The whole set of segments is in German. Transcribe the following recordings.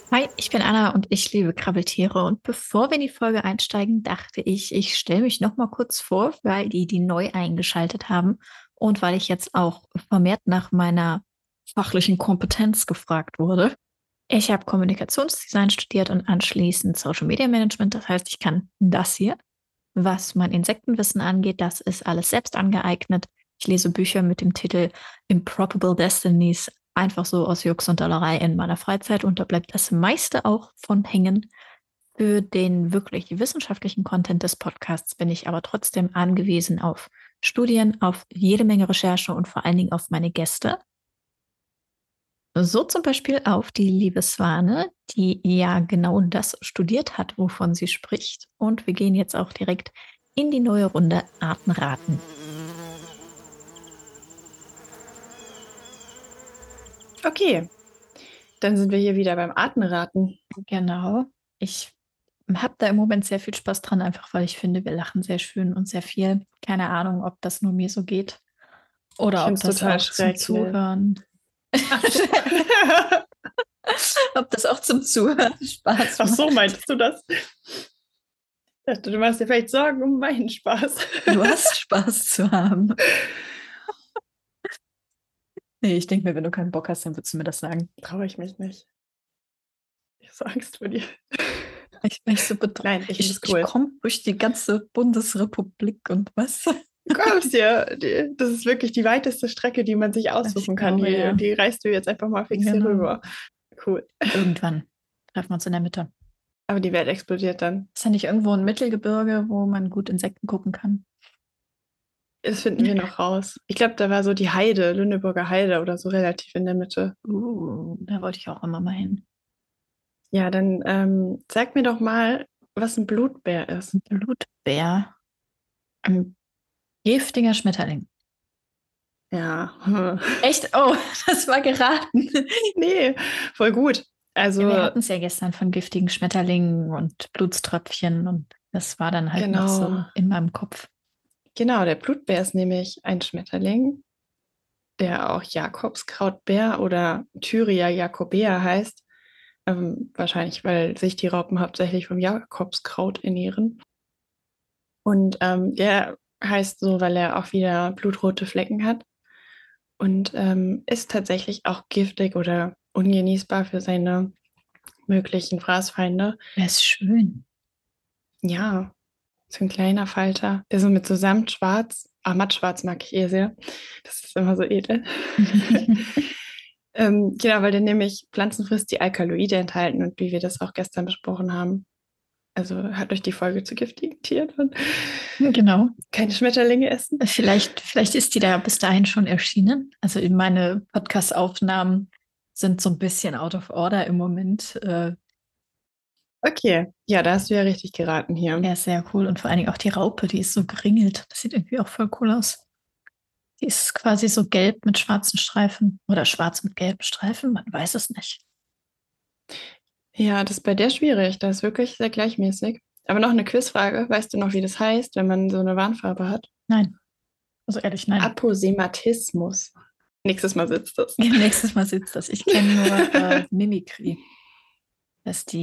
Hi, ich bin Anna und ich liebe Krabbeltiere. Und bevor wir in die Folge einsteigen, dachte ich, ich stelle mich noch mal kurz vor, weil die neu eingeschaltet haben und weil ich jetzt auch vermehrt nach meiner fachlichen Kompetenz gefragt wurde. Ich habe Kommunikationsdesign studiert und anschließend Social Media Management. Das heißt, ich kann das hier. Was mein Insektenwissen angeht, das ist alles selbst angeeignet. Ich lese Bücher mit dem Titel Improbable Destinies einfach so aus Jux und Dollerei in meiner Freizeit und da bleibt das meiste auch von hängen. Für den wirklich wissenschaftlichen Content des Podcasts bin ich aber trotzdem angewiesen auf Studien, auf jede Menge Recherche und vor allen Dingen auf meine Gäste. So zum Beispiel auf die liebe Swane, die ja genau das studiert hat, wovon sie spricht. Und wir gehen jetzt auch direkt in die neue Runde Artenraten. Okay, dann sind wir hier wieder beim Artenraten. Genau. Ich habe da im Moment sehr viel Spaß dran, einfach weil ich finde, wir lachen sehr schön und sehr viel. Keine Ahnung, ob das nur mir so geht Ich oder ob finde es das total auch zum schrecklich. Zuhören, Ach so. ob das auch zum Zuhören Spaß Ach so, macht. meintest du das? Ich dachte, du machst dir vielleicht Sorgen um meinen Spaß. Du hast Spaß zu haben. Nee, ich denke mir, wenn du keinen Bock hast, dann würdest du mir das sagen. Traue ich mich nicht. Ich habe so Angst vor dir. Ich so bedroht. Nein, ich finde es Ich cool. komme durch die ganze Bundesrepublik und was? Du kommst ja. Das ist wirklich die weiteste Strecke, die man sich Ich aussuchen kann. glaube, ja. Die reist du jetzt einfach mal fix hier Genau. rüber. Cool. Und irgendwann treffen wir uns in der Mitte. Aber die Welt explodiert dann. Ist ja nicht irgendwo ein Mittelgebirge, wo man gut Insekten gucken kann? Das finden wir noch raus. Ich glaube, da war so die Heide, Lüneburger Heide oder so relativ in der Mitte. Da wollte ich auch immer mal hin. Ja, dann sag mir doch mal, was ein Blutbär ist. Ein Blutbär. Ein giftiger Schmetterling. Ja. Echt? Oh, das war geraten. Nee, voll gut. Ja, wir Also, hatten es ja gestern von giftigen Schmetterlingen und Blutströpfchen und das war dann halt noch genau, so in meinem Kopf. genau, der Blutbär ist nämlich ein Schmetterling, der auch Jakobskrautbär oder Thyria jacobea heißt. Wahrscheinlich, weil sich die Raupen hauptsächlich vom Jakobskraut ernähren. Und der heißt so, weil er auch wieder blutrote Flecken hat und ist tatsächlich auch giftig oder ungenießbar für seine möglichen Fraßfeinde. Der ist schön. Ja, so ein kleiner Falter, der so mit so Samtschwarz, mattschwarz mag ich eh sehr. Das ist immer so edel. Genau, weil der nämlich Pflanzen frisst, die Alkaloide enthalten und wie wir das auch gestern besprochen haben. Also hört euch die Folge zu giftigen Tieren an. Genau. Keine Schmetterlinge essen. Vielleicht ist die da bis dahin schon erschienen. Also meine Podcast-Aufnahmen sind so ein bisschen out of order im Moment. Okay, ja, da hast du ja richtig geraten hier. Ja, sehr cool. Und vor allen Dingen auch die Raupe, die ist so geringelt. Das sieht irgendwie auch voll cool aus. Die ist quasi so gelb mit schwarzen Streifen oder schwarz mit gelben Streifen, man weiß es nicht. Ja, das ist bei der schwierig. Das ist wirklich sehr gleichmäßig. Aber noch eine Quizfrage. Weißt du noch, wie das heißt, wenn man so eine Warnfarbe hat? Nein, also ehrlich, nein. Aposematismus. Nächstes Mal sitzt das. Nächstes Mal sitzt das. Ich kenne nur Mimikry. Das ist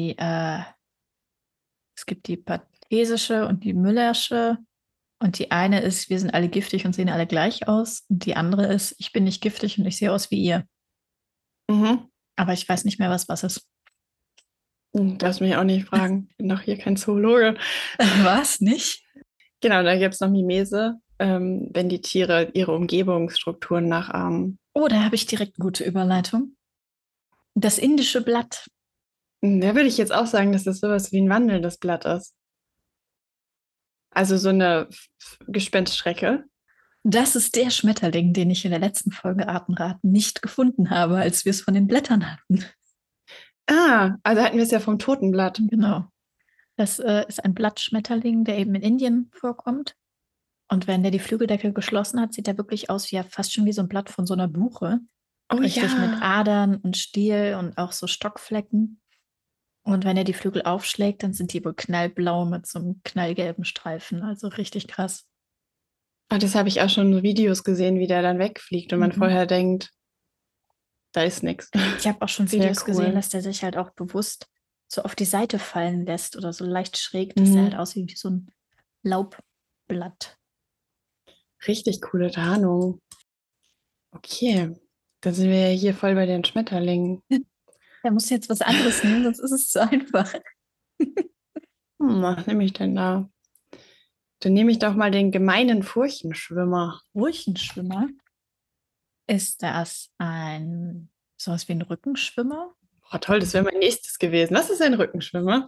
es gibt die Pathesische und die Müllersche. Und die eine ist, wir sind alle giftig und sehen alle gleich aus. Und die andere ist, ich bin nicht giftig und ich sehe aus wie ihr. Mhm. Aber ich weiß nicht mehr, was ist. Darfst mich auch nicht fragen. Ich bin doch hier kein Zoologe. Was? Nicht? Genau, da gibt es noch Mimese, wenn die Tiere ihre Umgebungsstrukturen nachahmen. Oh, da habe ich direkt eine gute Überleitung. Das indische Blatt. Da würde ich jetzt auch sagen, dass das sowas wie ein wandelndes Blatt ist. Also so eine Gespenstschrecke. Das ist der Schmetterling, den ich in der letzten Folge Artenraten nicht gefunden habe, als wir es von den Blättern hatten. Ah, also hatten wir es ja vom Totenblatt. Genau. Das ist ein Blattschmetterling, der eben in Indien vorkommt. Und wenn der die Flügeldecke geschlossen hat, sieht er wirklich aus wie ja fast schon wie so ein Blatt von so einer Buche. Oh Richtig mit ja. Adern und Stiel und auch so Stockflecken. Und wenn er die Flügel aufschlägt, dann sind die wohl knallblau mit so einem knallgelben Streifen. Also richtig krass. Ah, das habe ich auch schon in Videos gesehen, wie der dann wegfliegt und man Mhm. vorher denkt, da ist nichts. Ich habe auch schon Sehr Videos gesehen, cool. dass der sich halt auch bewusst so auf die Seite fallen lässt oder so leicht schräg, dass er halt Mhm. aussieht wie so ein Laubblatt. Richtig coole Tarnung. Okay, dann sind wir ja hier voll bei den Schmetterlingen. Er muss jetzt was anderes nehmen, sonst ist es zu einfach. Was nehme ich denn da? Dann nehme ich doch mal den gemeinen Furchenschwimmer. Furchenschwimmer. Ist das ein sowas wie ein Rückenschwimmer? Oh, toll, das wäre mein nächstes gewesen. Was ist ein Rückenschwimmer?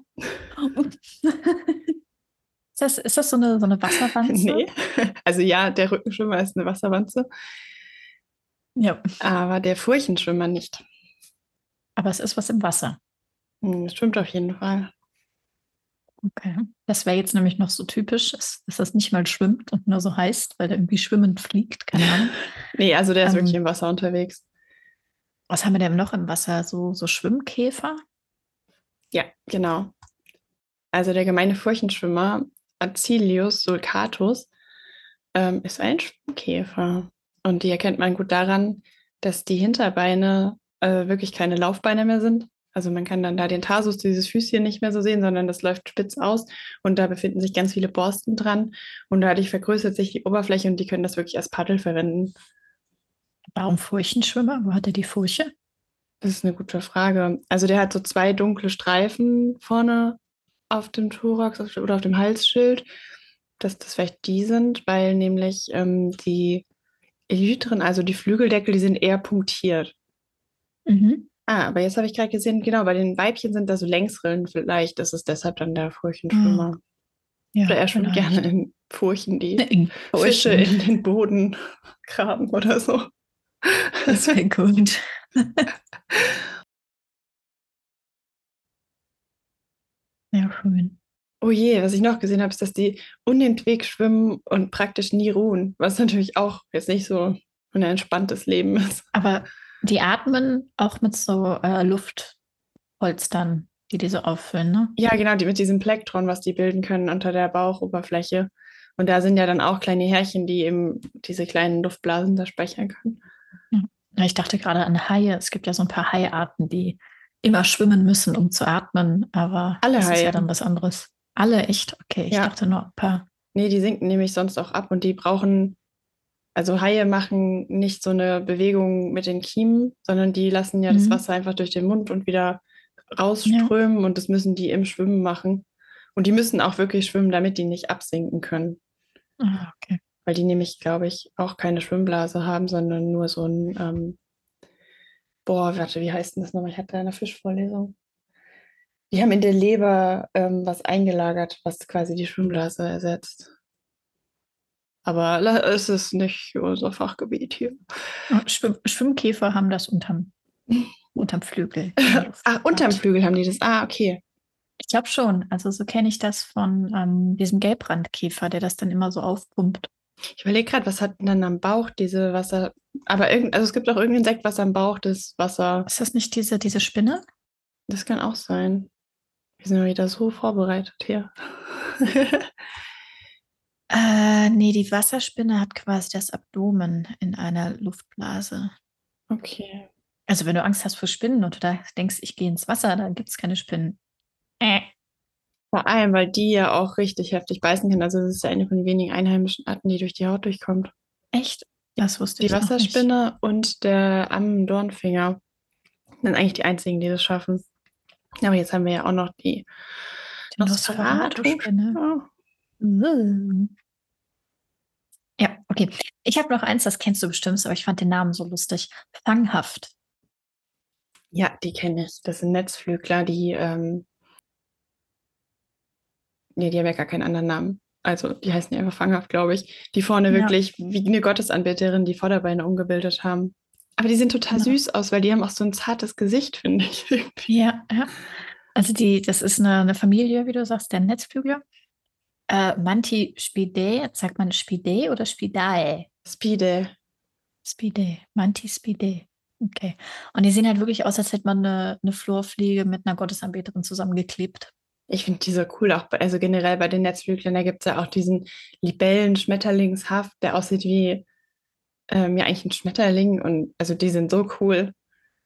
Ist das so eine Wasserwanze? Nee. Also ja, der Rückenschwimmer ist eine Wasserwanze, Ja, aber der Furchenschwimmer nicht. aber es ist was im Wasser. Stimmt auf jeden Fall. Okay. Das wäre jetzt nämlich noch so typisch, dass das nicht mal schwimmt und nur so heißt, weil der irgendwie schwimmend fliegt, keine Ahnung. Nee, also der ist wirklich Ähm, im Wasser unterwegs. Was haben wir denn noch im Wasser? So Schwimmkäfer? Ja, genau. Also der gemeine Furchenschwimmer, Acilius sulcatus, ist ein Schwimmkäfer. Und die erkennt man gut daran, dass die Hinterbeine wirklich keine Laufbeine mehr sind. Also man kann dann da den Tarsus, dieses Füßchen nicht mehr so sehen, sondern das läuft spitz aus und da befinden sich ganz viele Borsten dran und dadurch vergrößert sich die Oberfläche und die können das wirklich als Paddel verwenden. Warum Furchenschwimmer? Wo hat er die Furche? Das ist eine gute Frage. Also der hat so zwei dunkle Streifen vorne auf dem Thorax oder auf dem Halsschild, dass das vielleicht die sind, weil nämlich die Elytren, also die Flügeldeckel, die sind eher punktiert. Mhm. Ah, aber jetzt habe ich gerade gesehen, genau, bei den Weibchen sind da so Längsrillen, vielleicht ist es deshalb dann der Ah, Furchenschwimmer. Oder ja, er schwimmt gerne vielleicht. in Furchen, die In Fische Furchen. in den Boden graben oder so. Das wäre gut. Ja, schön. Oh je, was ich noch gesehen habe, ist, dass die unentwegt schwimmen und praktisch nie ruhen, was natürlich auch jetzt nicht so ein entspanntes Leben ist. Aber die atmen auch mit so Luftpolstern, die so auffüllen, ne? Ja, genau, die mit diesem Plektron, was die bilden können unter der Bauchoberfläche. Und da sind ja dann auch kleine Härchen, die eben diese kleinen Luftblasen da speichern können. Ja. Ja, ich dachte gerade an Haie. Es gibt ja so ein paar Haiarten, die immer schwimmen müssen, um zu atmen, aber Alle das ist ja Haie. dann was anderes. Alle echt? Okay, ich Ja, dachte nur ein paar. nee, die sinken nämlich sonst auch ab und die brauchen, also Haie machen nicht so eine Bewegung mit den Kiemen, sondern die lassen ja das Mhm. Wasser einfach durch den Mund und wieder Ja. rausströmen und das müssen die im Schwimmen machen. Und die müssen auch wirklich schwimmen, damit die nicht absinken können. Ah, okay. Weil die nämlich, glaube ich, auch keine Schwimmblase haben, sondern nur so ein, boah, warte, wie heißt denn das nochmal? Ich hatte eine Fischvorlesung. Die haben in der Leber was eingelagert, was quasi die Schwimmblase ersetzt. Aber es ist nicht unser Fachgebiet hier. Ah, Schwimmkäfer haben das unterm Flügel in der Ah, unterm Luftfahrt. Flügel haben die das. Ah, okay. Ich glaube schon. Also so kenne ich das von diesem Gelbrandkäfer, der das dann immer so aufpumpt. Ich überlege gerade, was hat denn dann am Bauch diese Wasser. Aber also es gibt auch irgendein Insekt, was am Bauch das Wasser. Ist das nicht diese Spinne? Das kann auch sein. Wir sind ja wieder so vorbereitet hier. Nee, die Wasserspinne hat quasi das Abdomen in einer Luftblase. Okay. Also wenn du Angst hast vor Spinnen und du da denkst, ich gehe ins Wasser, dann gibt es keine Spinnen. Äh, Vor allem, weil die ja auch richtig heftig beißen können. Also es ist ja eine von den wenigen einheimischen Arten, die durch die Haut durchkommt. echt? Das wusste Die ich noch nicht. Wasserspinne und der Ammendornfinger sind eigentlich die einzigen, die das schaffen. Aber jetzt haben wir ja auch noch die Die Nosferatu. Nosferatu-Spinne. Ja, Ja, okay. Ich habe noch eins, das kennst du bestimmt, aber ich fand den Namen so lustig. Fanghaft. ja, die kenne ich. Das sind Netzflügler, die, nee, die haben ja gar keinen anderen Namen. Also die heißen ja einfach fanghaft, glaube ich. Die vorne Ja, wirklich wie eine Gottesanbeterin die Vorderbeine umgebildet haben. Aber die sehen total genau. süß aus, weil die haben auch so ein zartes Gesicht, finde ich. Ja, ja. Also das ist eine Familie, wie du sagst, der Netzflügler. Mantispidae, sagt man Spidae oder Spidae? Speedy. Spidae, Mantispidae. Okay. Und die sehen halt wirklich aus, als hätte man eine Florfliege mit einer Gottesanbeterin zusammengeklebt. Ich finde die so cool, auch also generell bei den Netzflüglern, da gibt es ja auch diesen Libellen-Schmetterlingshaft, der aussieht wie ja eigentlich ein Schmetterling und also die sind so cool.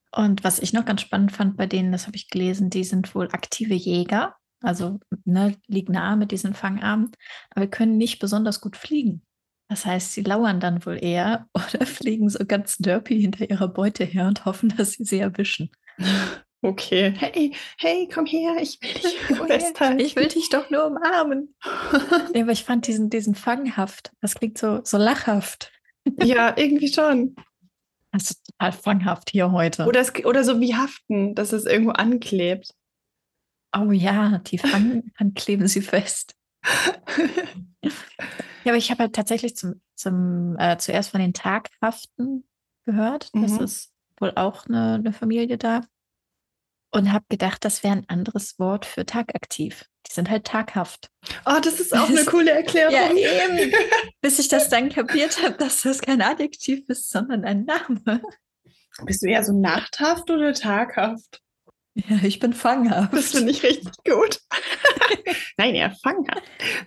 Und was ich noch ganz spannend fand bei denen, das habe ich gelesen, die sind wohl aktive Jäger. Also ne, liegt nahe mit diesen Fangarmen, aber können nicht besonders gut fliegen. Das heißt, sie lauern dann wohl eher oder fliegen so ganz derpy hinter ihrer Beute her und hoffen, dass sie sie erwischen. Okay. Hey, hey, komm her, ich will dich Komm her, festhalten. ich will dich doch nur umarmen. Ja, aber ich fand diesen fanghaft. Das klingt so lachhaft. Ja, irgendwie schon. Das ist total fanghaft hier heute. Oder so wie haften, dass es irgendwo anklebt. Oh ja, die fangen, dann kleben sie fest. Ja, aber ich habe halt tatsächlich zuerst von den Taghaften gehört. Das Mhm. ist wohl auch eine Familie da. Und habe gedacht, das wäre ein anderes Wort für tagaktiv. Die sind halt taghaft. Oh, das ist auch eine coole Ja, Erklärung. eben. Bis ich das dann kapiert habe, dass das kein Adjektiv ist, sondern ein Name. Bist du eher so nachthaft oder taghaft? Ja, ich bin Das fanghaft. finde ich richtig gut. Nein, eher fanghaft.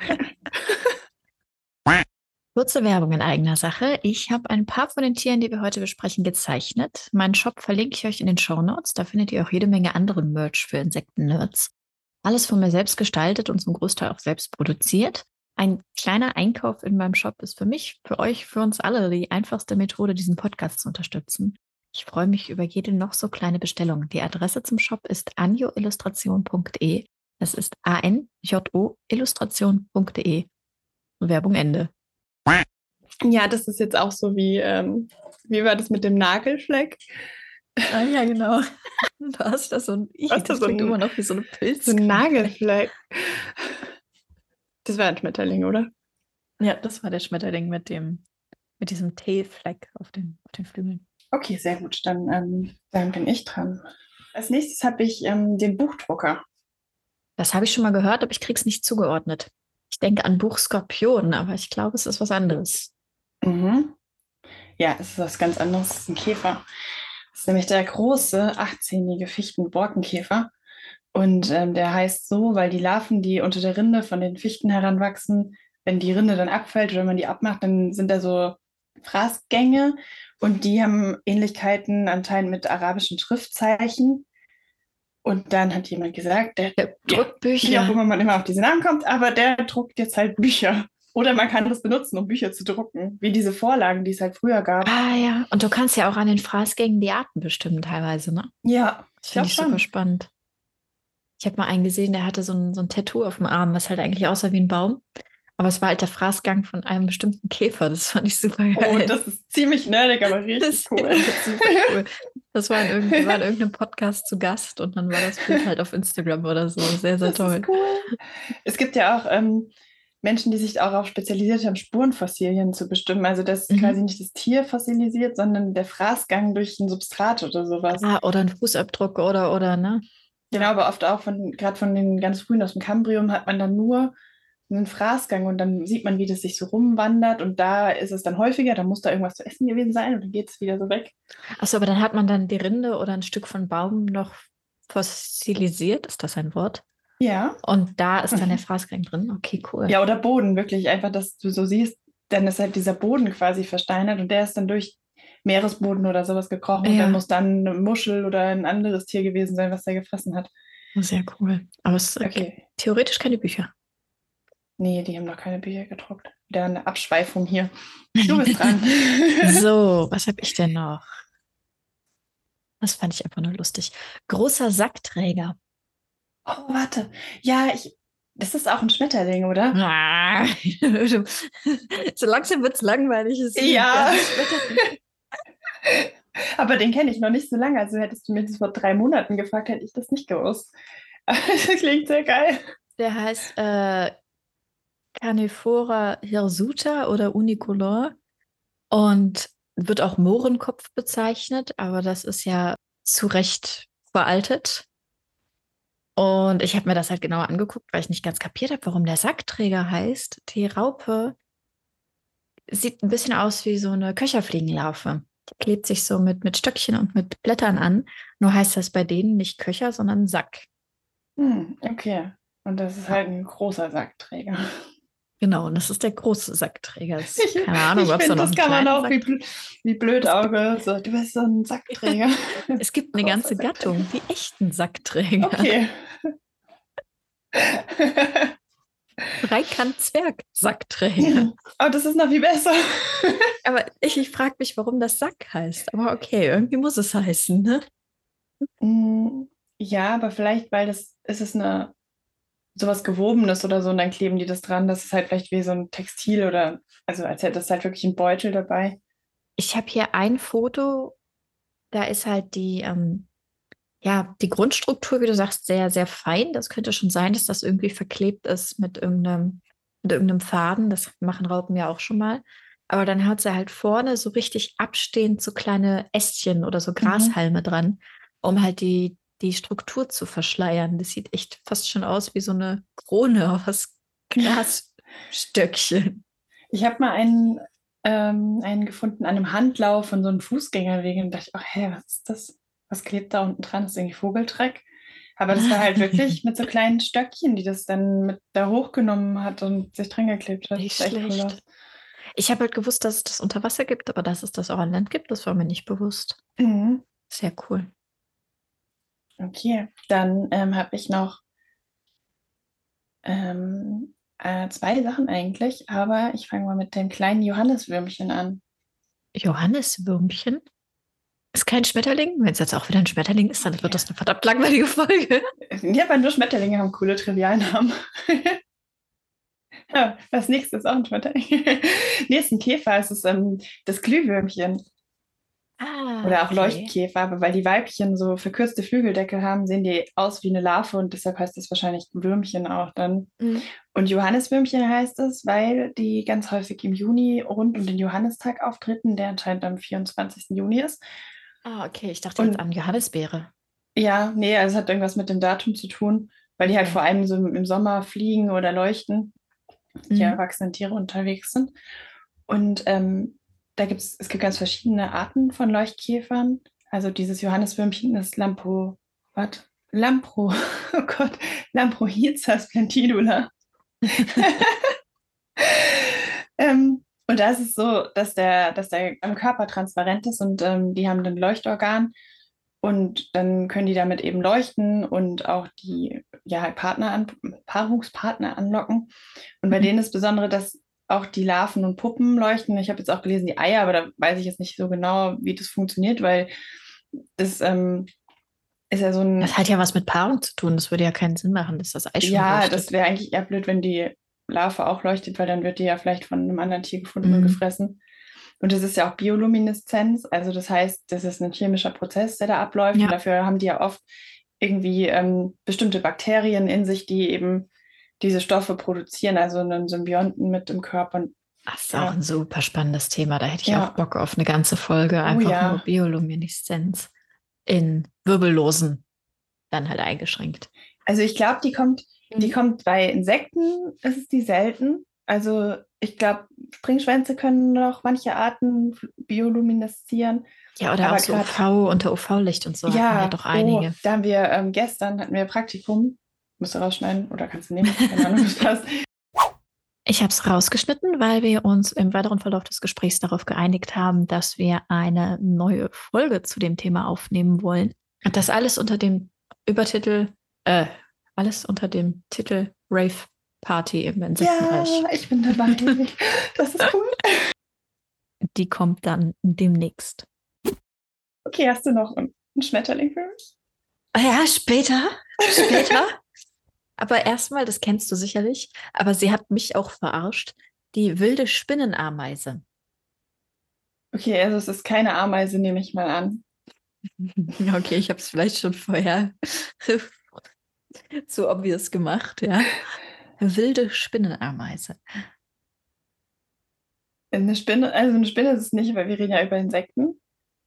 Kurze Werbung in eigener Sache. Ich habe ein paar von den Tieren, die wir heute besprechen, gezeichnet. Meinen Shop verlinke ich euch in den Shownotes. Da findet ihr auch jede Menge anderen Merch für Insekten-Nerds. Alles von mir selbst gestaltet und zum Großteil auch selbst produziert. Ein kleiner Einkauf in meinem Shop ist für mich, für euch, für uns alle die einfachste Methode, diesen Podcast zu unterstützen. Ich freue mich über jede noch so kleine Bestellung. Die Adresse zum Shop ist anjoillustration.de. Das ist ANJO illustration.de. Werbung Ende. Ja, das ist jetzt auch so wie war das mit dem Nagelfleck? Ah, ja, genau. Du hast da so ein, Was das so klingt immer ein, noch wie so eine so ein Pilzkrankheit. Nagelfleck? Das war ein Schmetterling, oder? Ja, das war der Schmetterling mit diesem T-Fleck auf den Flügeln. Okay, sehr gut. Dann bin ich dran. Als nächstes habe ich den Buchdrucker. Das habe ich schon mal gehört, aber ich krieg's nicht zugeordnet. Ich denke an Buchskorpion, aber ich glaube, es ist was anderes. Mhm. Ja, es ist was ganz anderes. Es ist ein Käfer. Das ist nämlich der große, achtzähnige Fichtenborkenkäfer. Und der heißt so, weil die Larven, die unter der Rinde von den Fichten heranwachsen, wenn die Rinde dann abfällt oder wenn man die abmacht, dann sind da so Fraßgänge und die haben Ähnlichkeiten anscheinend mit arabischen Schriftzeichen. Und dann hat jemand gesagt, Der ja, druckt wie auch Bücher. immer man immer auf diese Namen kommt, aber der druckt jetzt halt Bücher. Oder man kann das benutzen, um Bücher zu drucken, wie diese Vorlagen, die es halt früher gab. Ah ja, und du kannst ja auch an den Fraßgängen die Arten bestimmen teilweise, ne? Ja, Das ich finde glaube ich super schon. spannend. Ich habe mal einen gesehen, der hatte so ein Tattoo auf dem Arm, was halt eigentlich aussah wie ein Baum. Aber es war halt der Fraßgang von einem bestimmten Käfer. Das fand ich super Oh, geil. das ist ziemlich nerdig, aber Das richtig ist cool. super cool. Das war die war in irgendeinem Podcast zu Gast und dann war das Bild halt auf Instagram oder so. Sehr, sehr Das toll. ist cool. Es gibt ja auch Menschen, die sich darauf spezialisiert haben, Spurenfossilien zu bestimmen. Also dass quasi Mhm. nicht das Tier fossilisiert, sondern der Fraßgang durch ein Substrat oder sowas. Ah, oder ein Fußabdruck oder, ne? Genau, Ja. aber oft auch gerade von den ganz frühen aus dem Kambrium hat man dann nur einen Fraßgang und dann sieht man, wie das sich so rumwandert und da ist es dann häufiger, da muss da irgendwas zu essen gewesen sein und dann geht es wieder so weg. Achso, aber dann hat man dann die Rinde oder ein Stück von Baum noch fossilisiert. Ist das ein Wort? Ja. Und da ist dann der Fraßgang drin. Okay, cool. Ja, oder Boden, wirklich einfach, dass du so siehst, dann ist halt dieser Boden quasi versteinert und der ist dann durch Meeresboden oder sowas gekrochen und dann Ja, muss dann eine Muschel oder ein anderes Tier gewesen sein, was der gefressen hat. sehr cool. Aber es gibt Okay. theoretisch keine Bücher. Nee, die haben noch keine Bücher gedruckt. Wieder eine Abschweifung hier. Du bist dran. So, was habe ich denn noch? Das fand ich einfach nur lustig. Großer Sackträger. Oh, warte. Ja, das ist auch ein Schmetterling, oder? Ah, so langsam wird es langweilig. Ja, Ja, das Schmetterling. aber den kenne ich noch nicht so lange. Also hättest du mir das vor 3 Monaten gefragt, hätte ich das nicht gewusst. Das klingt sehr geil. Der heißt Carnivora hirsuta oder unicolor und wird auch Mohrenkopf bezeichnet, aber das ist ja zu Recht veraltet. Und ich habe mir das halt genauer angeguckt, weil ich nicht ganz kapiert habe, warum der Sackträger heißt. Die Raupe sieht ein bisschen aus wie so eine Köcherfliegenlarve. Die klebt sich so mit Stöckchen und mit Blättern an. Nur heißt das bei denen nicht Köcher, sondern Sack. Okay. Und das ist Ja, halt ein großer Sackträger. Genau, und das ist der große Sackträger. Keine Ahnung, Ich ob es da finde, noch das einen kann man kleinen auch Sack. wie Es gibt, Blödauge. So, du bist so ein Sackträger. es gibt eine Großer ganze Sackträger. Gattung, die echten Sackträger. Okay. Dreikant-Zwerg-Sackträger. Aber das ist noch viel besser. Aber ich frage mich, warum das Sack heißt. Aber okay, irgendwie muss es heißen, ne? Mm, ja, aber vielleicht, weil das ist es eine sowas Gewobenes oder so und dann kleben die das dran. Das ist halt vielleicht wie so ein Textil oder also als hätte es halt wirklich ein Beutel dabei. Ich habe hier ein Foto, da ist halt ja, die Grundstruktur, wie du sagst, sehr, sehr fein. Das könnte schon sein, dass das irgendwie verklebt ist mit irgendeinem Faden. Das machen Raupen ja auch schon mal. Aber dann hat sie halt vorne so richtig abstehend so kleine Ästchen oder so Mhm. Grashalme dran, um halt die Struktur zu verschleiern. Das sieht echt fast schon aus wie so eine Krone aus Grasstöckchen. Ich habe mal einen gefunden an einem Handlauf von so einem Fußgängerweg und dachte, ach hä, was ist das? Was klebt da unten dran? Das ist irgendwie Vogeltreck. Aber das war halt wirklich mit so kleinen Stöckchen, die das dann mit da hochgenommen hat und sich dran geklebt hat. Das Nicht sah echt cool aus. schlecht. Ich habe halt gewusst, dass es das unter Wasser gibt, aber dass es das auch an Land gibt, das war mir nicht bewusst. Mhm. Sehr cool. Okay, dann habe ich noch zwei Sachen eigentlich, aber ich fange mal mit dem kleinen Johanniswürmchen an. Johanniswürmchen ist kein Schmetterling. Wenn es jetzt auch wieder ein Schmetterling ist, dann wird Ja, das eine verdammt langweilige Folge. ja, aber nur Schmetterlinge haben coole Trivialnamen. Ja, das nächste ist auch ein Schmetterling. Nee, ist ein Käfer, es ist das Glühwürmchen Ah, oder auch okay. Leuchtkäfer, aber weil die Weibchen so verkürzte Flügeldeckel haben, sehen die aus wie eine Larve und deshalb heißt es wahrscheinlich Würmchen auch dann. Mhm. Und Johanniswürmchen heißt es, weil die ganz häufig im Juni rund um den Johannistag auftreten, der anscheinend am 24. Juni ist. Ah, okay. Ich dachte jetzt Und an Johannisbeere. ja, nee, also es hat irgendwas mit dem Datum zu tun, weil die halt Okay. vor allem so im Sommer fliegen oder leuchten, die Mhm. erwachsenen Tiere unterwegs sind. Und es gibt ganz verschiedene Arten von Leuchtkäfern. Also dieses Johanniswürmchen ist Lampro, oh Gott, Lamprohiza splendidula. Und da ist es so, dass der am Körper transparent ist und die haben ein Leuchtorgan und dann können die damit eben leuchten und auch die ja, Paarungspartner anlocken. Und bei Mhm. denen ist besondere, dass auch die Larven und Puppen leuchten. Ich habe jetzt auch gelesen, die Eier, aber da weiß ich jetzt nicht so genau, wie das funktioniert, weil das ist ja so Das ein, hat ja was mit Paarung zu tun. Das würde ja keinen Sinn machen, dass das Ei schon ja, das leuchtet. wäre eigentlich eher blöd, wenn die Larve auch leuchtet, weil dann wird die ja vielleicht von einem anderen Tier gefunden und Mhm. gefressen. Und das ist ja auch Biolumineszenz, also das heißt, das ist ein chemischer Prozess, der da abläuft und Ja. dafür haben die ja oft irgendwie bestimmte Bakterien in sich, die eben diese Stoffe produzieren, also einen Symbionten mit im Körper. Und Das ist auch ja, ein super spannendes Thema. Da hätte ich auch ja, Bock auf eine ganze Folge. oh Einfach nur ja. Biolumineszenz in Wirbellosen dann halt eingeschränkt. Also ich glaube, die Mhm. kommt bei Insekten, ist es die selten. Also ich glaube, Springschwänze können noch manche Arten biolumineszieren, Ja, oder auch aber so gerade, UV, unter UV-Licht und so hat man ja ja, doch oh, einige. da haben wir gestern hatten wir Praktikum, musst du rausschneiden oder kannst du nehmen, keine Ahnung, was passt. Ich habe es rausgeschnitten, weil wir uns im weiteren Verlauf des Gesprächs darauf geeinigt haben, dass wir eine neue Folge zu dem Thema aufnehmen wollen. Und das alles unter dem Übertitel, äh, alles unter dem Titel Rave Party im Ja, Insektenreich. ich bin dabei. Das ist cool. Die kommt dann demnächst. Okay, hast du noch einen Schmetterling für mich? Ah ja, später, später. Aber erstmal, das kennst du sicherlich, aber sie hat mich auch verarscht, die wilde Spinnenameise. Okay, also es ist keine Ameise, nehme ich mal an. Okay, ich habe es vielleicht schon vorher zu obvious gemacht, ja. Wilde Spinnenameise. Also eine Spinne ist es nicht, weil wir reden ja über Insekten.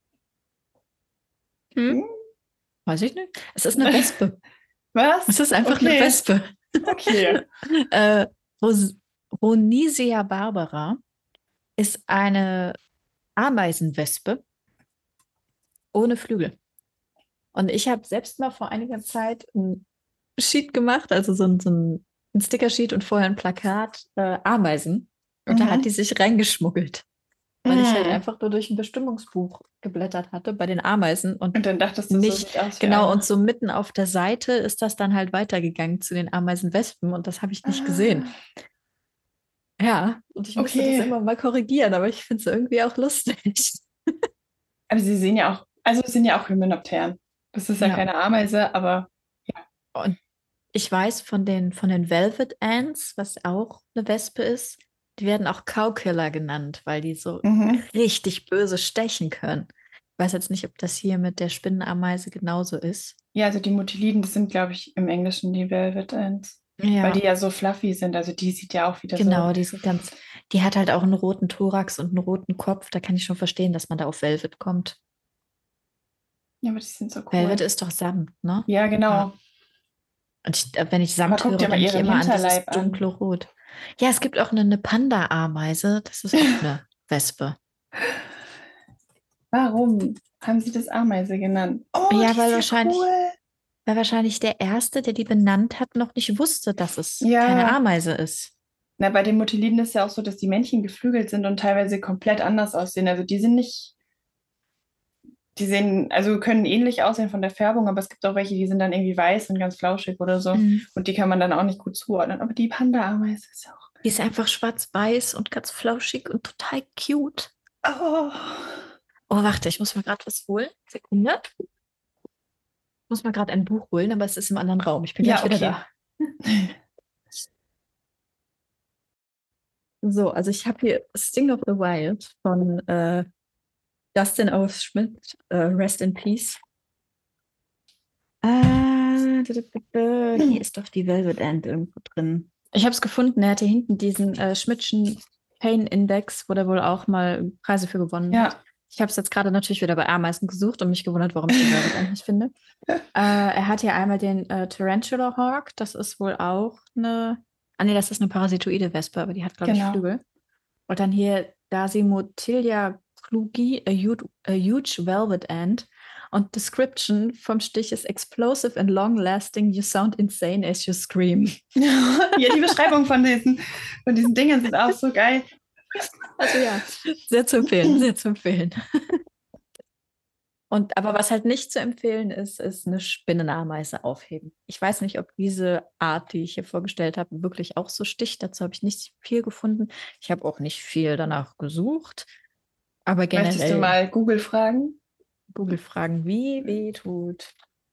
Hm? Hm? Weiß ich nicht. Es ist eine Wespe. Es Was? ist einfach eine Okay, Wespe. okay. äh, Ros Ronisia barbara ist eine Ameisenwespe ohne Flügel. Und ich habe selbst mal vor einiger Zeit ein Sheet gemacht, also so ein ein Stickersheet und vorher ein Plakat, Ameisen. Und da hat die sich reingeschmuggelt, weil ich halt Mhm. einfach nur durch ein Bestimmungsbuch geblättert hatte bei den Ameisen und Und dann dachtest du, so nicht, sieht aus wie genau, und eine. so mitten auf der Seite ist das dann halt weitergegangen zu den Ameisenwespen und das habe ich nicht gesehen. Ah, Ja, und ich musste das okay. immer mal korrigieren, aber ich finde es irgendwie auch lustig. Aber sie sehen ja auch, also es sind ja auch Hymenopteren. Das ist ja Ja, keine Ameise, aber ja. und ich weiß von den Velvet Ants, was auch eine Wespe ist, die werden auch Cowkiller genannt, weil die so Mhm. richtig böse stechen können. Ich weiß jetzt nicht, ob das hier mit der Spinnenameise genauso ist. Ja, also die Mutilliden, das sind, glaube ich, im Englischen die Velvet Ants. Weil die Ja, ja so fluffy sind. Also die sieht ja auch wieder so. genau, die hat halt auch einen roten Thorax und einen roten Kopf. Da kann ich schon verstehen, dass man da auf Velvet kommt. Ja, aber die sind so Velvet cool. ist doch Samt, ne? Ja, Ja. genau. Und wenn ich Aber Samt guck höre, dir mal denke ich ihren immer an Hinterleib dieses an. dunkle Rot. Ja, es gibt auch eine Panda-Ameise. Das ist auch eine Wespe. Warum haben sie das Ameise genannt? Oh, Ja, die ist ja cool. weil wahrscheinlich der Erste, der die benannt hat, noch nicht wusste, dass es keine Ja, Ameise ist. na, bei den Mutilliden ist ja auch so, dass die Männchen geflügelt sind und teilweise komplett anders aussehen. Also die sind nicht, die sehen, also können ähnlich aussehen von der Färbung, aber es gibt auch welche, die sind dann irgendwie weiß und ganz flauschig oder so. Mhm. Und die kann man dann auch nicht gut zuordnen. Aber die Panda-Ameise ist ja auch. Die ist einfach schwarz-weiß und ganz flauschig und total cute. Oh. Oh, warte, ich muss mal gerade was holen. Sekunde. Ich muss mal gerade ein Buch holen, aber es ist im anderen Raum. Ich bin Ja, gleich wieder okay. da. So, also ich habe hier Sting of the Wild von Dustin O. Schmidt, Rest in Peace. Hier ist doch die Velvet Ant irgendwo drin. Ich habe es gefunden, er hatte hinten diesen Schmidtschen Pain Index, wo der wohl auch mal Preise für gewonnen hat. Ja, Ich habe es jetzt gerade natürlich wieder bei Ameisen gesucht und mich gewundert, warum ich die Velvet Ant nicht finde. Er hat hier einmal den Tarantula Hawk, das ist wohl auch eine. Ah, nee, das ist eine parasitoide Wespe, aber die hat, glaube ich, genau. Flügel. Und dann hier Dasimotilia klugi, a huge velvet ant. Und Description vom Stich ist explosive and long lasting. You sound insane as you scream. Ja, die Beschreibung von diesen Dingen sind auch so geil. Also ja, sehr zu empfehlen, sehr zu empfehlen. Und aber was halt nicht zu empfehlen ist, ist eine Spinnenameise aufheben. Ich weiß nicht, ob diese Art, die ich hier vorgestellt habe, wirklich auch so sticht. Dazu habe ich nicht viel gefunden. Ich habe auch nicht viel danach gesucht. Aber Möchtest du generell mal Google fragen? Google fragen, wie weh tut.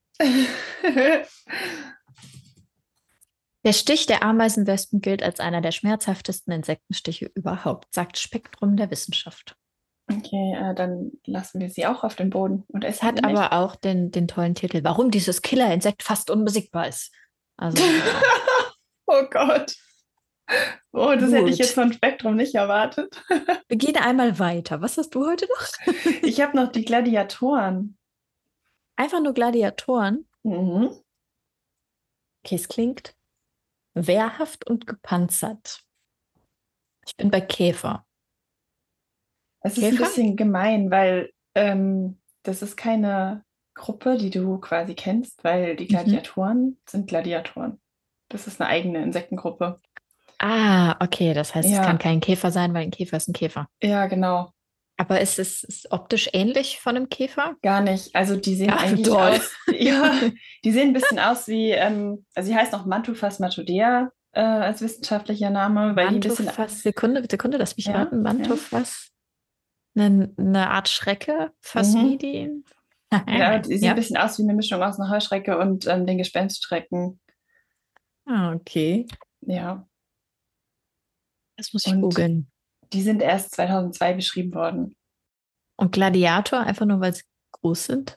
Der Stich der Ameisenwespen gilt als einer der schmerzhaftesten Insektenstiche überhaupt, sagt Spektrum der Wissenschaft. Okay, dann lassen wir sie auch auf den Boden und Es essen sie hat nicht. aber auch den tollen Titel, warum dieses Killerinsekt fast unbesiegbar ist. Also, Oh Gott. Oh, das hätte ich jetzt gut. von Spektrum nicht erwartet. Wir gehen einmal weiter. Was hast du heute noch? Ich habe noch die Gladiatoren. Einfach nur Gladiatoren. Mhm. Okay, es klingt wehrhaft und gepanzert. Ich bin bei Käfer. Es ist ein Käfer? bisschen gemein, weil das ist keine Gruppe, die du quasi kennst, weil die Mhm. Gladiatoren sind Gladiatoren. Das ist eine eigene Insektengruppe. Ah, okay, das heißt, es kann Ja, kein Käfer sein, weil ein Käfer ist ein Käfer. ja, genau. Aber ist optisch ähnlich von einem Käfer? Gar nicht. Also die sehen Ja, eigentlich toll. aus, ja, die sehen ein bisschen aus wie, also sie heißt noch Mantuphas matodea als wissenschaftlicher Name, weil die ein bisschen, Mantofass, Sekunde, lass mich ja, raten. ja. Mantofass, eine Art Schrecke, Mhm. Phasmidien. Ja, die sehen ein Ja. bisschen aus wie eine Mischung aus einer Heuschrecke und den Gespenstschrecken. Ah, okay. Ja, Das muss ich und googeln. die sind erst 2002 beschrieben worden. Und Gladiator, einfach nur, weil sie groß sind?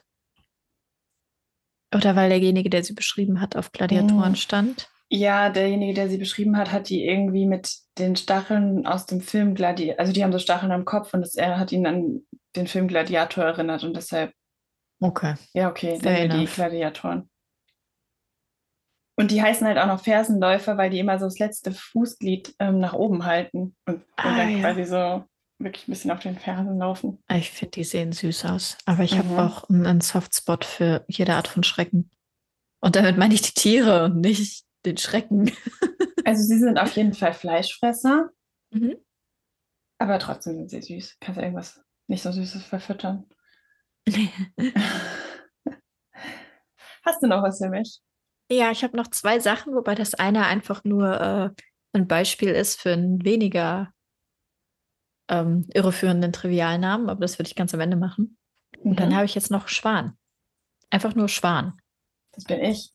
Oder weil derjenige, der sie beschrieben hat, auf Gladiatoren Mm, stand? ja, derjenige, der sie beschrieben hat, hat die irgendwie mit den Stacheln aus dem Film Gladiator, also die haben so Stacheln am Kopf und er hat ihn an den Film Gladiator erinnert und deshalb, Okay, ja, okay, nennen fair wir die enough. Gladiatoren. Und die heißen halt auch noch Fersenläufer, weil die immer so das letzte Fußglied nach oben halten und Ah dann ja. quasi so wirklich ein bisschen auf den Fersen laufen. Ich finde, die sehen süß aus. Aber ich habe Mhm. auch einen Softspot für jede Art von Schrecken. Und damit meine ich die Tiere und nicht den Schrecken. Also sie sind auf jeden Fall Fleischfresser, Mhm. aber trotzdem sind sie süß. Kannst du irgendwas nicht so Süßes verfüttern? Hast du noch was für mich? Ja, ich habe noch zwei Sachen, wobei das eine einfach nur ein Beispiel ist für einen weniger irreführenden Trivialnamen, aber das würde ich ganz am Ende machen. Und dann Mhm. habe ich jetzt noch Schwan. Einfach nur Schwan. Das bin ich.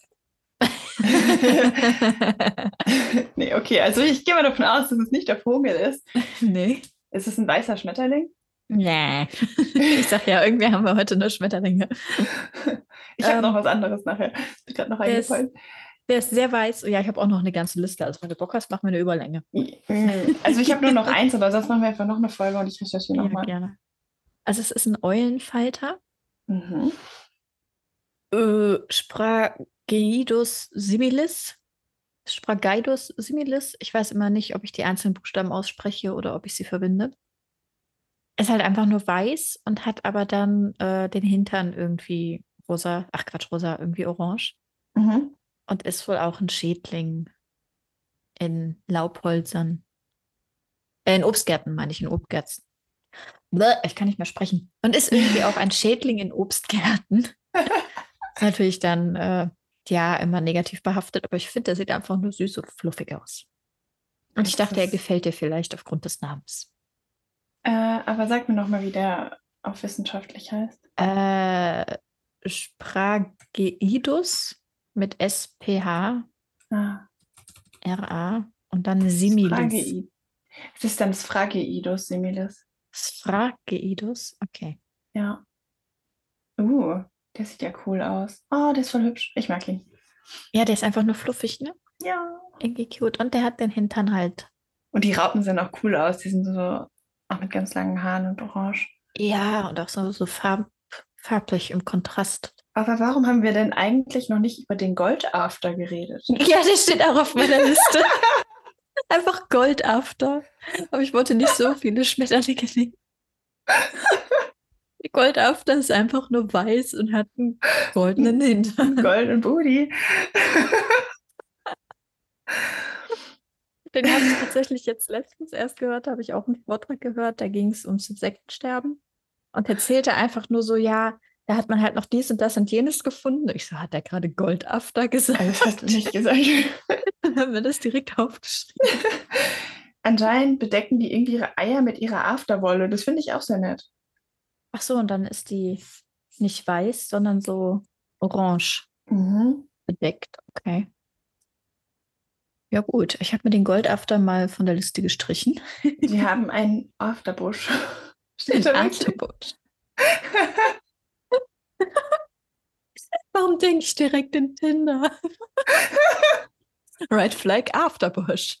Nee, okay, also ich gehe mal davon aus, dass es nicht der Vogel ist. Nee. Ist es ein weißer Schmetterling? Nee. Ich sag ja, irgendwie haben wir heute nur Schmetterlinge. Ich habe noch Ähm, was anderes nachher. Ist mir gerade noch der ist, eingefallen. der ist sehr weiß. Oh ja, ich habe auch noch eine ganze Liste. Also wenn du Bock hast, machen wir eine Überlänge. Also ich habe nur noch eins, aber sonst machen wir einfach noch eine Folge und ich recherchiere Ja, nochmal. gerne. Also es ist ein Eulenfalter. Mhm. Sprageidus similis. Sprageidus similis. Ich weiß immer nicht, ob ich die einzelnen Buchstaben ausspreche oder ob ich sie verbinde. Ist halt einfach nur weiß und hat aber dann den Hintern irgendwie rosa. Ach Quatsch, rosa, irgendwie orange. Mhm. Und ist wohl auch ein Schädling in Laubhölzern. In Obstgärten, meine ich, in Obstgärten. Bäh, ich kann nicht mehr sprechen. Und ist irgendwie auch ein Schädling in Obstgärten. Ist natürlich dann, ja, immer negativ behaftet, aber ich finde, der sieht einfach nur süß und fluffig aus. Und ich Das dachte, er ist, gefällt dir vielleicht aufgrund des Namens. aber sag mir nochmal, wie der auf wissenschaftlich heißt. Äh, Sprageidus mit S-P-H-R-A Ah, und dann Similis. Sprageid. Es ist dann das Sprageidus similis. Sprageidus, okay. Ja. Der sieht ja cool aus. Oh, der ist voll hübsch. Ich mag ihn. Ja, der ist einfach nur fluffig, ne? Ja. Irgendwie cute. Und der hat den Hintern halt. Und die Raupen sehen auch cool aus. Die sind so auch mit ganz langen Haaren und orange. Ja, und auch so farblich im Kontrast. Aber warum haben wir denn eigentlich noch nicht über den Goldafter geredet? Ja, der steht auch auf meiner Liste. Einfach Gold After. Aber ich wollte nicht so viele Schmetterlinge nehmen. Gold After ist einfach nur weiß und hat einen goldenen Hintern. Golden Booty. Den habe ich tatsächlich jetzt letztens erst gehört, da habe ich auch einen Vortrag gehört, da ging es ums Insektensterben. Und erzählte einfach nur so, ja, da hat man halt noch dies und das und jenes gefunden. Ich so, hat er gerade Gold After gesagt? Das hast du nicht gesagt. Dann haben wir das direkt aufgeschrieben. Anscheinend bedecken die irgendwie ihre Eier mit ihrer Afterwolle. Das finde ich auch sehr nett. Ach so, und dann ist die nicht weiß, sondern so orange Mhm. bedeckt. Okay. Ja, gut. Ich habe mir den Goldafter mal von der Liste gestrichen. Die haben einen Afterbusch. Steht Den da wirklich? Afterbush. Warum denke ich direkt in Tinder? Red Flag Afterbush.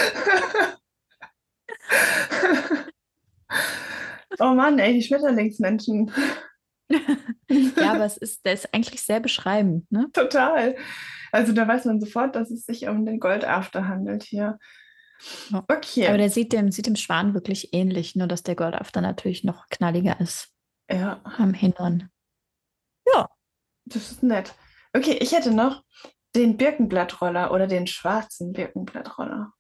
Oh Mann, ey, die Schmetterlingsmenschen. Ja, aber der ist eigentlich sehr beschreibend, ne? Total. Also da weiß man sofort, dass es sich um den Goldafter handelt hier. Ja. Aber Okay. der sieht dem Schwan wirklich ähnlich, nur dass der Goldafter natürlich noch knalliger ist Ja, am Hintern. Ja, das ist nett. Okay, ich hätte noch den Birkenblattroller oder den schwarzen Birkenblattroller.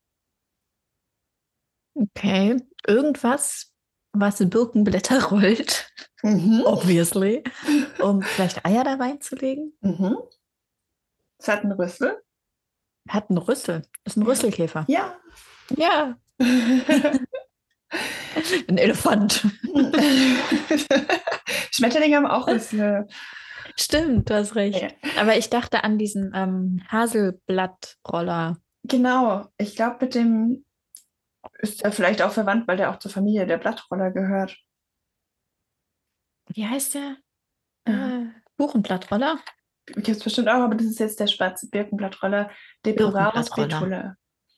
okay. Irgendwas, was Birkenblätter rollt, Mhm. obviously, um vielleicht Eier da reinzulegen. Mhm. Es hat einen Rüssel. Hat einen Rüssel. Ist ein Rüsselkäfer. Ja. Ja, ein Elefant. Schmetterlinge haben auch Rüssel. Stimmt, du hast Ja. recht. Aber ich dachte an diesen Haselblattroller. Genau. Ich glaube, mit dem ist er vielleicht auch verwandt, weil der auch zur Familie der Blattroller gehört. Wie heißt der? Ja. Buchenblattroller? Gibt es bestimmt auch, aber das ist jetzt der schwarze Birkenblattroller. Depurarus Birkenblattroller. betula.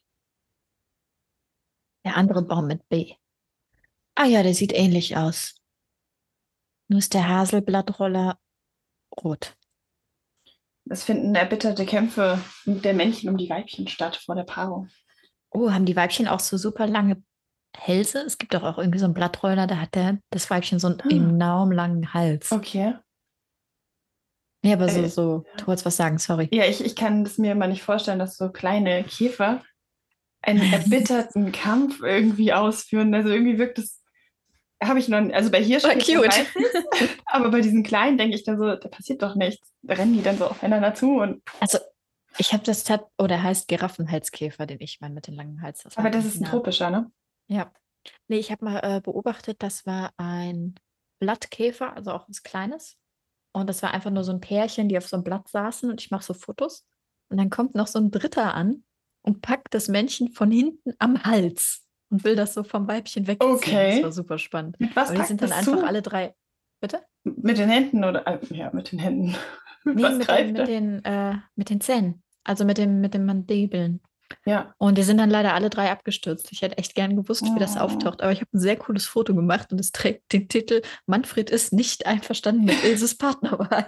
Der andere Baum mit B. Ah ja, der sieht ähnlich aus. Nur ist der Haselblattroller rot. Es finden erbitterte Kämpfe der Männchen um die Weibchen statt vor der Paarung. Oh, haben die Weibchen auch so super lange Hälse? Es gibt doch auch irgendwie so einen Blattroller, da hat das Weibchen so einen Ah, enorm langen Hals. okay. Ja, aber Äh, du wolltest was sagen, sorry. ja, ich kann es mir immer nicht vorstellen, dass so kleine Käfer einen erbitterten Kampf irgendwie ausführen. Also irgendwie wirkt es, habe ich noch, also bei War Hirschkäfern cute. weiß ich, aber bei diesen kleinen denke ich dann so, da passiert doch nichts. Da rennen die dann so aufeinander zu und, Also, ich habe oder heißt Giraffenhalskäfer, den ich meine mit dem langen Hals. Das war aber halt das irgendwie ist ein nah. tropischer, ne? Ja. Nee, ich habe mal beobachtet, das war ein Blattkäfer, also auch was Kleines. Und das war einfach nur so ein Pärchen, die auf so einem Blatt saßen und ich mache so Fotos. Und dann kommt noch so ein Dritter an und packt das Männchen von hinten am Hals und will das so vom Weibchen wegziehen. Das war Okay. super spannend. Mit was Aber die packt sind dann das einfach zu? alle drei. Bitte? Mit den Händen oder? Ja, mit den Händen. Mit Nee, was greift er? mit den Zähnen. Also mit den Mandibeln. Ja. Und die sind dann leider alle drei abgestürzt. Ich hätte echt gern gewusst, wie das Oh. auftaucht. Aber ich habe ein sehr cooles Foto gemacht und es trägt den Titel Manfred ist nicht einverstanden mit Ilses Partnerwahl.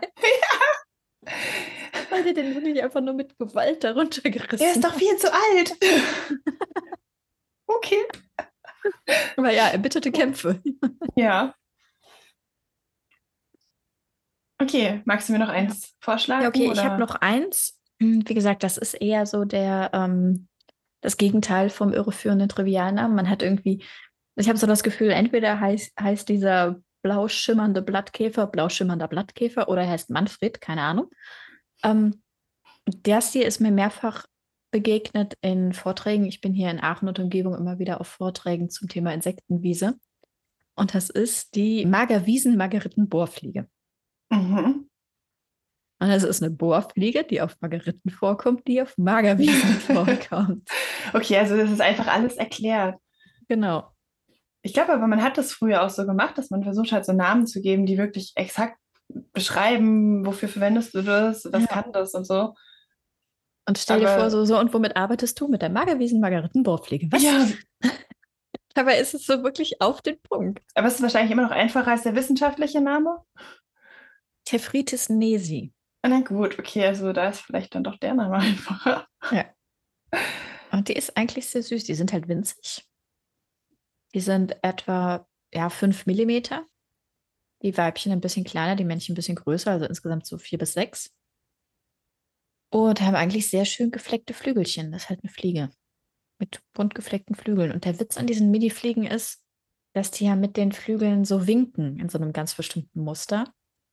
Weil der den wirklich einfach nur mit Gewalt darunter Er ist gerissen doch hat. viel zu alt. Okay. Aber ja, erbitterte Kämpfe. Ja. Okay. Magst du mir noch Ja. eins Ja, vorschlagen okay, ich habe oder? noch eins. Wie gesagt, das ist eher so das Gegenteil vom irreführenden Trivialnamen. Man hat irgendwie, ich habe so das Gefühl, entweder heißt dieser blau schimmernder Blattkäfer oder er heißt Manfred, keine Ahnung. Ähm, Das hier ist mir mehrfach begegnet in Vorträgen. Ich bin hier in Aachen und Umgebung immer wieder auf Vorträgen zum Thema Insektenwiese. Und das ist die Magerwiesen-Margeriten-Bohrfliege. Mhm. Und das ist eine Bohrfliege, die auf Margeriten vorkommt, die auf Magerwiesen vorkommt. Okay, also das ist einfach alles erklärt. Genau. Ich glaube aber, man hat das früher auch so gemacht, dass man versucht hat, so Namen zu geben, die wirklich exakt beschreiben, wofür verwendest du das, was Ja. kann das und so. Und stell dir vor, Aber und womit arbeitest du? Mit der Magerwiesen-Margeriten-Bohrfliege. Was? ja, Dabei ist es so wirklich auf den Punkt. aber es ist wahrscheinlich immer noch einfacher als der wissenschaftliche Name. Tephritis nesi. Na gut, okay, also da ist vielleicht dann doch der Name einfacher. Ja. Und die ist eigentlich sehr süß. Die sind halt winzig. Die sind etwa 5 Millimeter. Die Weibchen ein bisschen kleiner, die Männchen ein bisschen größer, also insgesamt so 4 bis 6. Und haben eigentlich sehr schön gefleckte Flügelchen. Das ist halt eine Fliege mit bunt gefleckten Flügeln. Und der Witz an diesen Mini-Fliegen ist, dass die ja mit den Flügeln so winken in so einem ganz bestimmten Muster,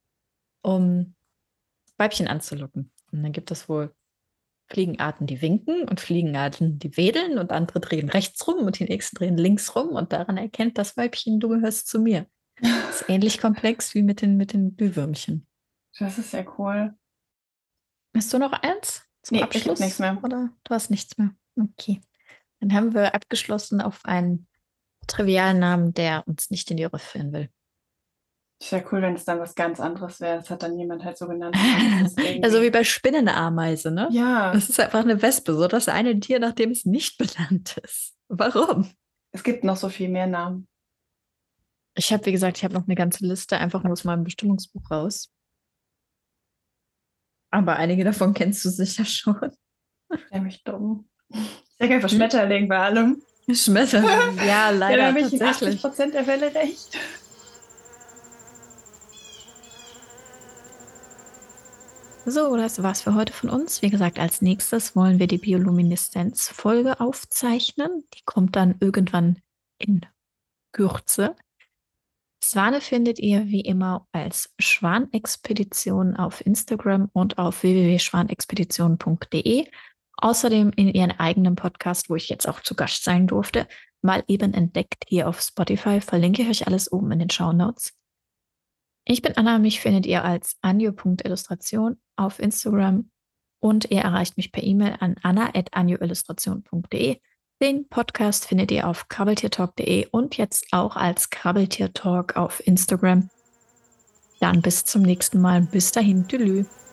um Weibchen anzulocken. Und dann gibt es wohl Fliegenarten, die winken und Fliegenarten, die wedeln und andere drehen rechts rum und die nächsten drehen links rum und daran erkennt das Weibchen, du gehörst zu mir. Das ist ähnlich komplex wie mit den Glühwürmchen. Das ist sehr cool. Hast du noch eins zum Nee, ich habe nichts Abschluss mehr. oder du hast nichts mehr? Okay. Dann haben wir abgeschlossen auf einen Trivialnamen, der uns nicht in die Irre führen will. Ist ja cool, wenn es dann was ganz anderes wäre. Das hat dann jemand halt so genannt. Das ist Ja, so wie irgendwie. bei Spinnenameise, ne? Ja, Das ist einfach eine Wespe, so das eine Tier, nach dem es nicht benannt ist. Warum? es gibt noch so viel mehr Namen. Wie gesagt, ich habe noch eine ganze Liste, einfach nur aus meinem Bestimmungsbuch raus. Aber einige davon kennst du sicher schon. Stell mich dumm. Ich sage einfach Hm? Schmetterling bei allem. Schmetterling, ja, Ja, dann leider, habe ich in tatsächlich. 80% der Fälle recht. So, das war's für heute von uns. Wie gesagt, als nächstes wollen wir die Biolumineszenz-Folge aufzeichnen. Die kommt dann irgendwann in Kürze. Swane findet ihr wie immer als Schwanexpedition auf Instagram und auf www.schwanexpedition.de. Außerdem in ihren eigenen Podcast, wo ich jetzt auch zu Gast sein durfte, mal eben entdeckt hier auf Spotify. Verlinke ich euch alles oben in den Shownotes. Ich bin Anna, mich findet ihr als anjo.illustration auf Instagram und ihr erreicht mich per E-Mail an anna@anjoillustration.de. Den Podcast findet ihr auf krabbeltiertalk.de und jetzt auch als Krabbeltiertalk auf Instagram. Dann bis zum nächsten Mal. Bis dahin. Tschüss.